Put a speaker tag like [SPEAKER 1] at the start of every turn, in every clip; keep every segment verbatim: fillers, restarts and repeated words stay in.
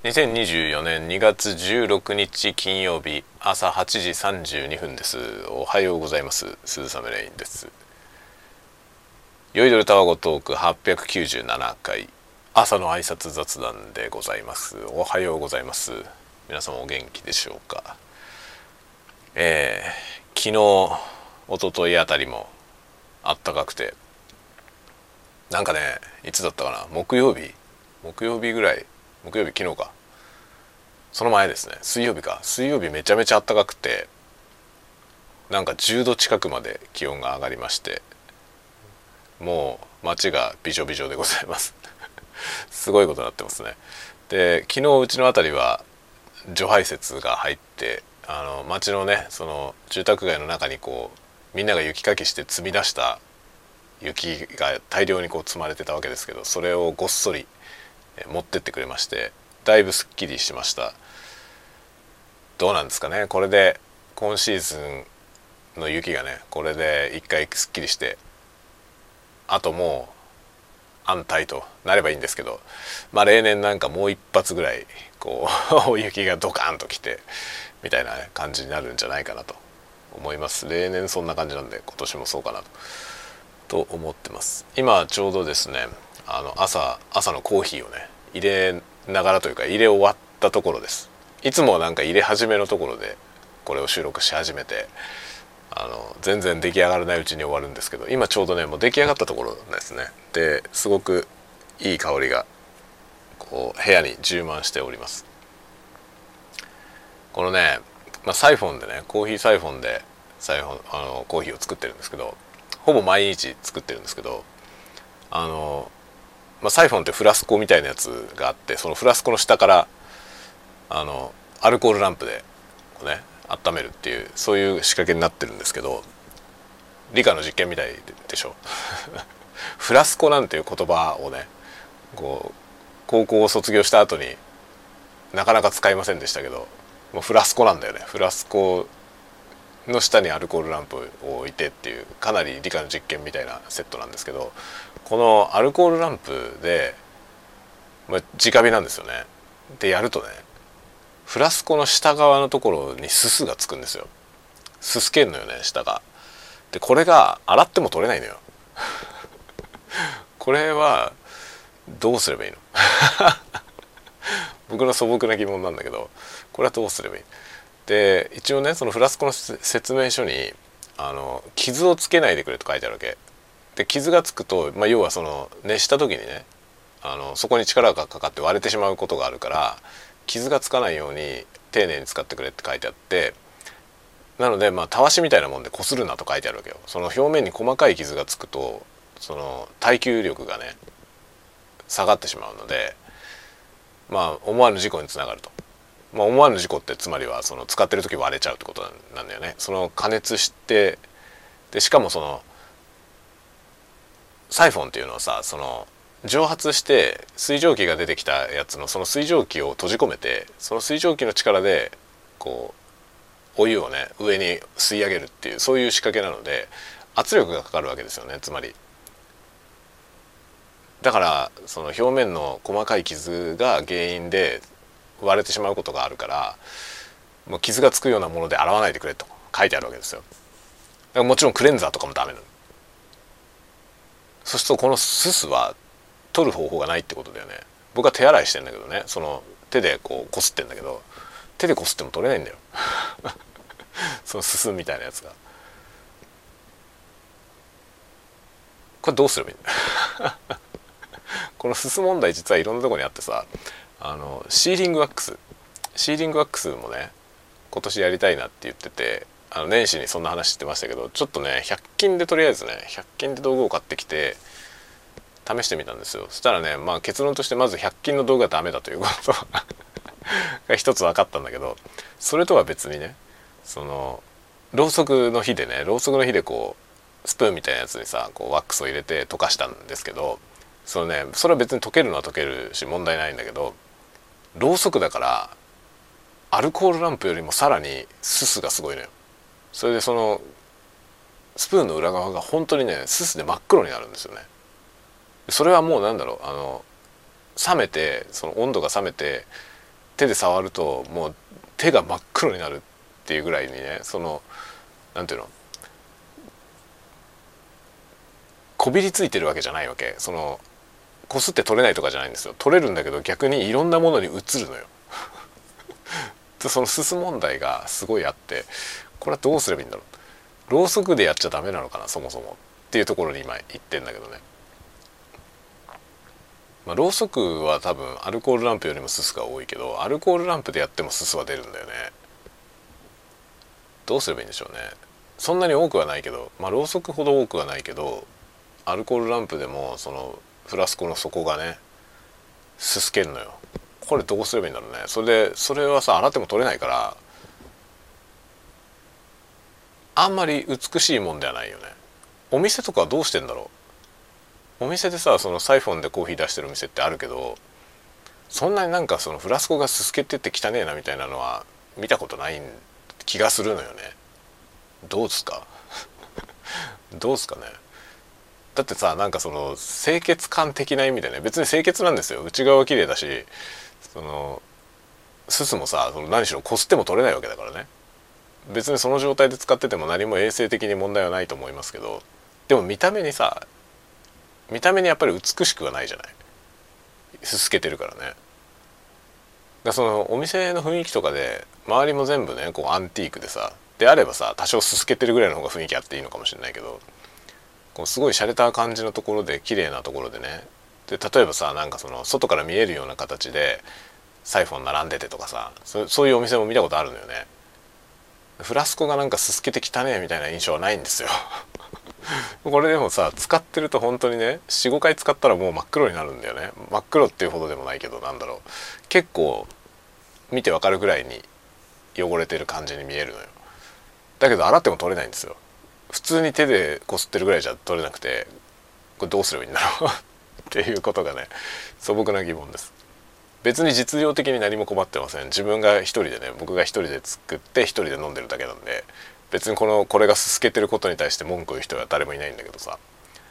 [SPEAKER 1] にせんにじゅうよねんにがつじゅうろくにち金曜日朝はちじさんじゅうにふんです。おはようございます。鈴雨レインです。酔いどれたわごトークはっぴゃくきゅうじゅうななかい朝の挨拶雑談でございます。おはようございます。皆様お元気でしょうか。えー、昨日一昨日あたりもあったかくて、なんかね、いつだったかな、木曜日木曜日ぐらい木曜日昨日か、その前ですね、水曜日か水曜日めちゃめちゃ暖かくて、なんかじゅうど近くまで気温が上がりまして、もう街がびしょびしょでございますすごいことになってますね。で、昨日うちの辺りは除排雪が入って、あの街のね、その住宅街の中にこうみんなが雪かきして積み出した雪が大量にこう積まれてたわけですけど、それをごっそり持ってってくれまして、だいぶすっきりしました。どうなんですかね、これで今シーズンの雪がね、これで一回すっきりして、あともう安泰となればいいんですけど、まあ例年なんかもう一発ぐらいこう雪がドカーンときてみたいな、ね、感じになるんじゃないかなと思います。例年そんな感じなんで、今年もそうかなとと思ってます。今ちょうどですね、あの朝朝のコーヒーをね入れながらというか、入れ終わったところです。いつもはなんか入れ始めのところでこれを収録し始めて、あの全然出来上がらないうちに終わるんですけど、今ちょうどねもう出来上がったところですね。ですごくいい香りがこう部屋に充満しております。このね、まあ、サイフォンでね、コーヒーサイフォンでサイフォンあのコーヒーを作ってるんですけど、ほぼ毎日作ってるんですけど、あの、まあ、サイフォンってフラスコみたいなやつがあって、そのフラスコの下からあのアルコールランプでこうね温めるっていう、そういう仕掛けになってるんですけど、理科の実験みたいでしょフラスコなんていう言葉をね、こう高校を卒業した後になかなか使いませんでしたけど、もうフラスコなんだよね。フラスコの下にアルコールランプを置いてっていう、かなり理科の実験みたいなセットなんですけど、このアルコールランプで、まあ、直火なんですよね。でやるとね、フラスコの下側のところにすすがつくんですよ。すすけんのよね、下が。でこれが洗っても取れないのよこれはどうすればいいの僕の素朴な疑問なんだけど、これはどうすればいい。で一応ね、そのフラスコの説明書にあの傷をつけないでくれと書いてあるわけで、傷がつくと、まあ、要はその熱した時にね、あのそこに力がかかって割れてしまうことがあるから、傷がつかないように丁寧に使ってくれって書いてあって、なのでまあたわしみたいなもんでこするなと書いてあるわけよ。その表面に細かい傷がつくと、その耐久力がね下がってしまうので、まあ思わぬ事故につながると。まあ、思わぬ事故ってつまりはその使ってる時割れちゃうってことなんだよね。その加熱して、でしかもそのサイフォンっていうのはさ、その蒸発して水蒸気が出てきたやつのその水蒸気を閉じ込めて、その水蒸気の力でこうお湯をね上に吸い上げるっていう、そういう仕掛けなので圧力がかかるわけですよね。つまりだからその表面の細かい傷が原因で割れてしまうことがあるから、もう傷がつくようなもので洗わないでくれと書いてあるわけですよ。だからもちろんクレンザーとかもダメなの。そうするとこのすすは取る方法がないってことだよね。僕は手洗いしてんだけどね、その手でこうこすってんだけど、手でこすっても取れないんだよそのすすみたいなやつが。これどうすればいいんだこのすす問題実はいろんなところにあってさ、あのシーリングワックスシーリングワックスもね今年やりたいなって言ってて、あの年始にそんな話してましたけど、ちょっとねひゃく均でとりあえずねひゃく均で道具を買ってきて試してみたんですよ。そしたらね、まあ結論としてまずひゃく均の道具がダメだということが一つ分かったんだけど、それとは別にね、そのろうそくの火でねろうそくの火でこうスプーンみたいなやつにさこうワックスを入れて溶かしたんですけど、そのねそれは別に溶けるのは溶けるし問題ないんだけど、ろうそくだからアルコールランプよりもさらにすすがすごいのよ。それでそのスプーンの裏側が本当にねすすで真っ黒になるんですよね。それはもうなんだろう、あの冷めて、その温度が冷めて手で触るともう手が真っ黒になるっていうぐらいにね、そのなんていうの、こびりついてるわけじゃないわけ。そのこすって取れないとかじゃないんですよ。取れるんだけど逆にいろんなものに移るのよでそのすす問題がすごいあって、これはどうすればいいんだろう。ろうそくでやっちゃダメなのかなそもそもっていうところに今言ってんだけどね。まあ、ろうそくは多分アルコールランプよりもすすが多いけど、アルコールランプでやってもすすは出るんだよね。どうすればいいんでしょうね。そんなに多くはないけど、まあろうそくほど多くはないけど、アルコールランプでもそのフラスコの底がねすすけるのよ。これどうすればいいんだろうね。それでそれはさ洗っても取れないからあんまり美しいもんではないよね。お店とかはどうしてんだろう。お店でさそのサイフォンでコーヒー出してるお店ってあるけど、そんなになんかそのフラスコがすすけてって汚ねえなみたいなのは見たことない気がするのよね。どうですかどうですかね。だってさなんかその清潔感的な意味でね、別に清潔なんですよ。内側は綺麗だし、そのすすもさその何しろこすっても取れないわけだからね。別にその状態で使ってても何も衛生的に問題はないと思いますけど、でも見た目にさ見た目にやっぱり美しくはないじゃない、すすけてるからね。だからそのお店の雰囲気とかで周りも全部ねこうアンティークでさであればさ多少すすけてるぐらいの方が雰囲気あっていいのかもしれないけど、こうすごい洒落た感じのところで綺麗なところでね、で例えばさなんかその外から見えるような形でサイフォン並んでてとかさ、そそういうお店も見たことあるのよね。フラスコがなんかすすけて汚ねえみたいな印象はないんですよこれでもさ使ってると本当にね よん,ご 回使ったらもう真っ黒になるんだよね。真っ黒っていうほどでもないけど、なんだろう、結構見てわかるぐらいに汚れてる感じに見えるのよ。だけど洗っても取れないんですよ。普通に手でこすってるぐらいじゃ取れなくて、これどうすればいいんだろうっていうことがね素朴な疑問です。別に実用的に何も困ってません。自分が一人でね僕が一人で作って一人で飲んでるだけなんで、別にこのこれがすすけてることに対して文句を言う人は誰もいないんだけどさ、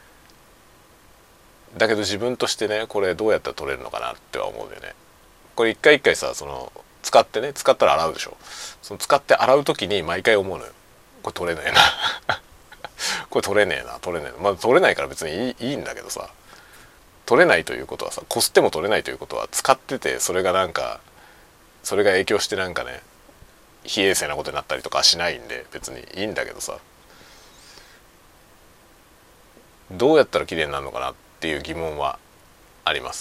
[SPEAKER 1] だけど自分としてねこれどうやったら取れるのかなっては思うんだよね。これ一回一回さその使ってね使ったら洗うでしょ。その使って洗う時に毎回思うのよ、これ取れねえなこれ取れねえな取れねえな。まあ取れないから別にいい、いいんだけどさ、取れないということはさこすっても取れないということは使っててそれがなんかそれが影響してなんかね非衛生なことになったりとかはしないんで別にいいんだけどさ、どうやったら綺麗になるのかなっていう疑問はあります。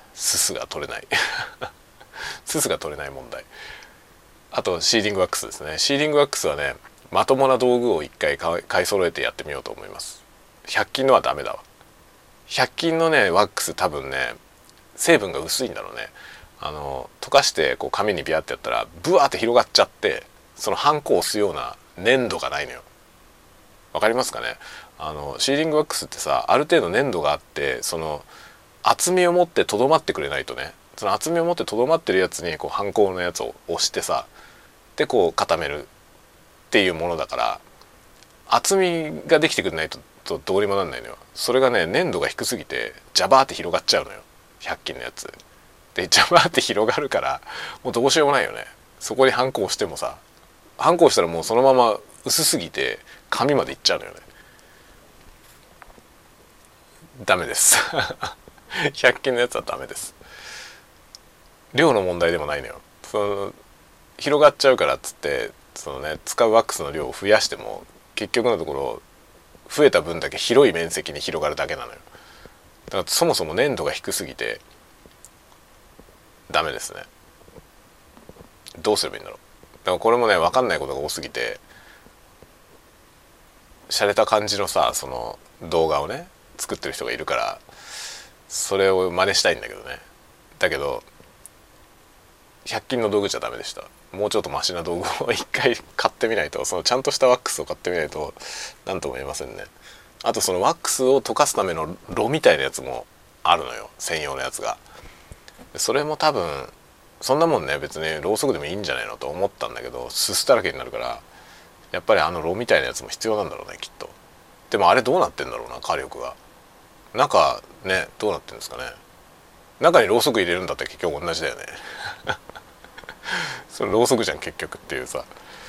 [SPEAKER 1] すすが取れないすすが取れない問題。あとシーリングワックスですね。シーリングワックスはねまともな道具を一回買い揃えてやってみようと思います。ひゃく均のはダメだわ。ひゃく均のねワックス多分ね成分が薄いんだろうね。あの溶かしてこう紙にビャってやったらブワーって広がっちゃって、そのハンコを押すような粘度がないのよ。わかりますかね。あのシーリングワックスってさある程度粘度があって、その厚みを持ってとどまってくれないとね、その厚みを持ってとどまってるやつにこうハンコのやつを押してさでこう固めるっていうものだから、厚みができてくれないとどうにもなんないのよ。それがね粘度が低すぎてジャバーって広がっちゃうのよひゃく均のやつで。ジャバーって広がるからもうどうしようもないよね。そこにハンコをしてもさ、ハンコをしたらもうそのまま薄すぎて紙までいっちゃうのよね。ダメですひゃく均のやつはダメです。量の問題でもないのよ。その広がっちゃうからっつってそのね使うワックスの量を増やしても結局のところ増えた分だけ広い面積に広がるだけなのよ。だからそもそも粘度が低すぎてダメですね。どうすればいいんだろう。だからこれもね分かんないことが多すぎて、洒落た感じのさその動画をね作ってる人がいるからそれを真似したいんだけどね。だけどひゃく均の道具じゃダメでした。もうちょっとマシな道具を一回買ってみないと、そのちゃんとしたワックスを買ってみないと何とも言えませんね。あとそのワックスを溶かすための炉みたいなやつもあるのよ、専用のやつが。それも多分そんなもんね別にろうそくでもいいんじゃないのと思ったんだけど、すすだらけになるからやっぱりあの炉みたいなやつも必要なんだろうねきっと。でもあれどうなってんだろうな、火力が中ねどうなってんですかね。中にろうそく入れるんだって結局同じだよねそのろうそくじゃん結局っていうさ。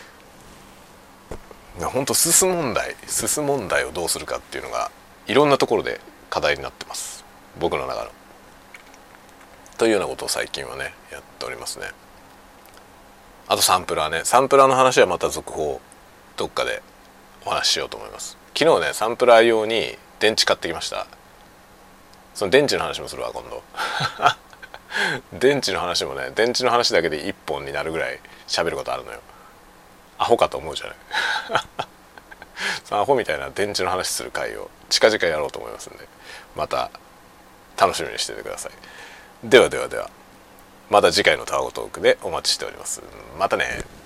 [SPEAKER 1] ほんとすす問題すす問題をどうするかっていうのがいろんなところで課題になってます僕の中の。というようなことを最近はねやっておりますね。あとサンプラーね。サンプラーの話はまた続報どっかでお話ししようと思います。昨日ねサンプラー用に電池買ってきました。その電池の話もするわ今度電池の話もね、電池の話だけで一本になるぐらい喋ることあるのよ。アホかと思うじゃないそのアホみたいな電池の話する回を近々やろうと思いますんで、また楽しみにしててください。ではではではまた次回のタワゴトークでお待ちしております。またね。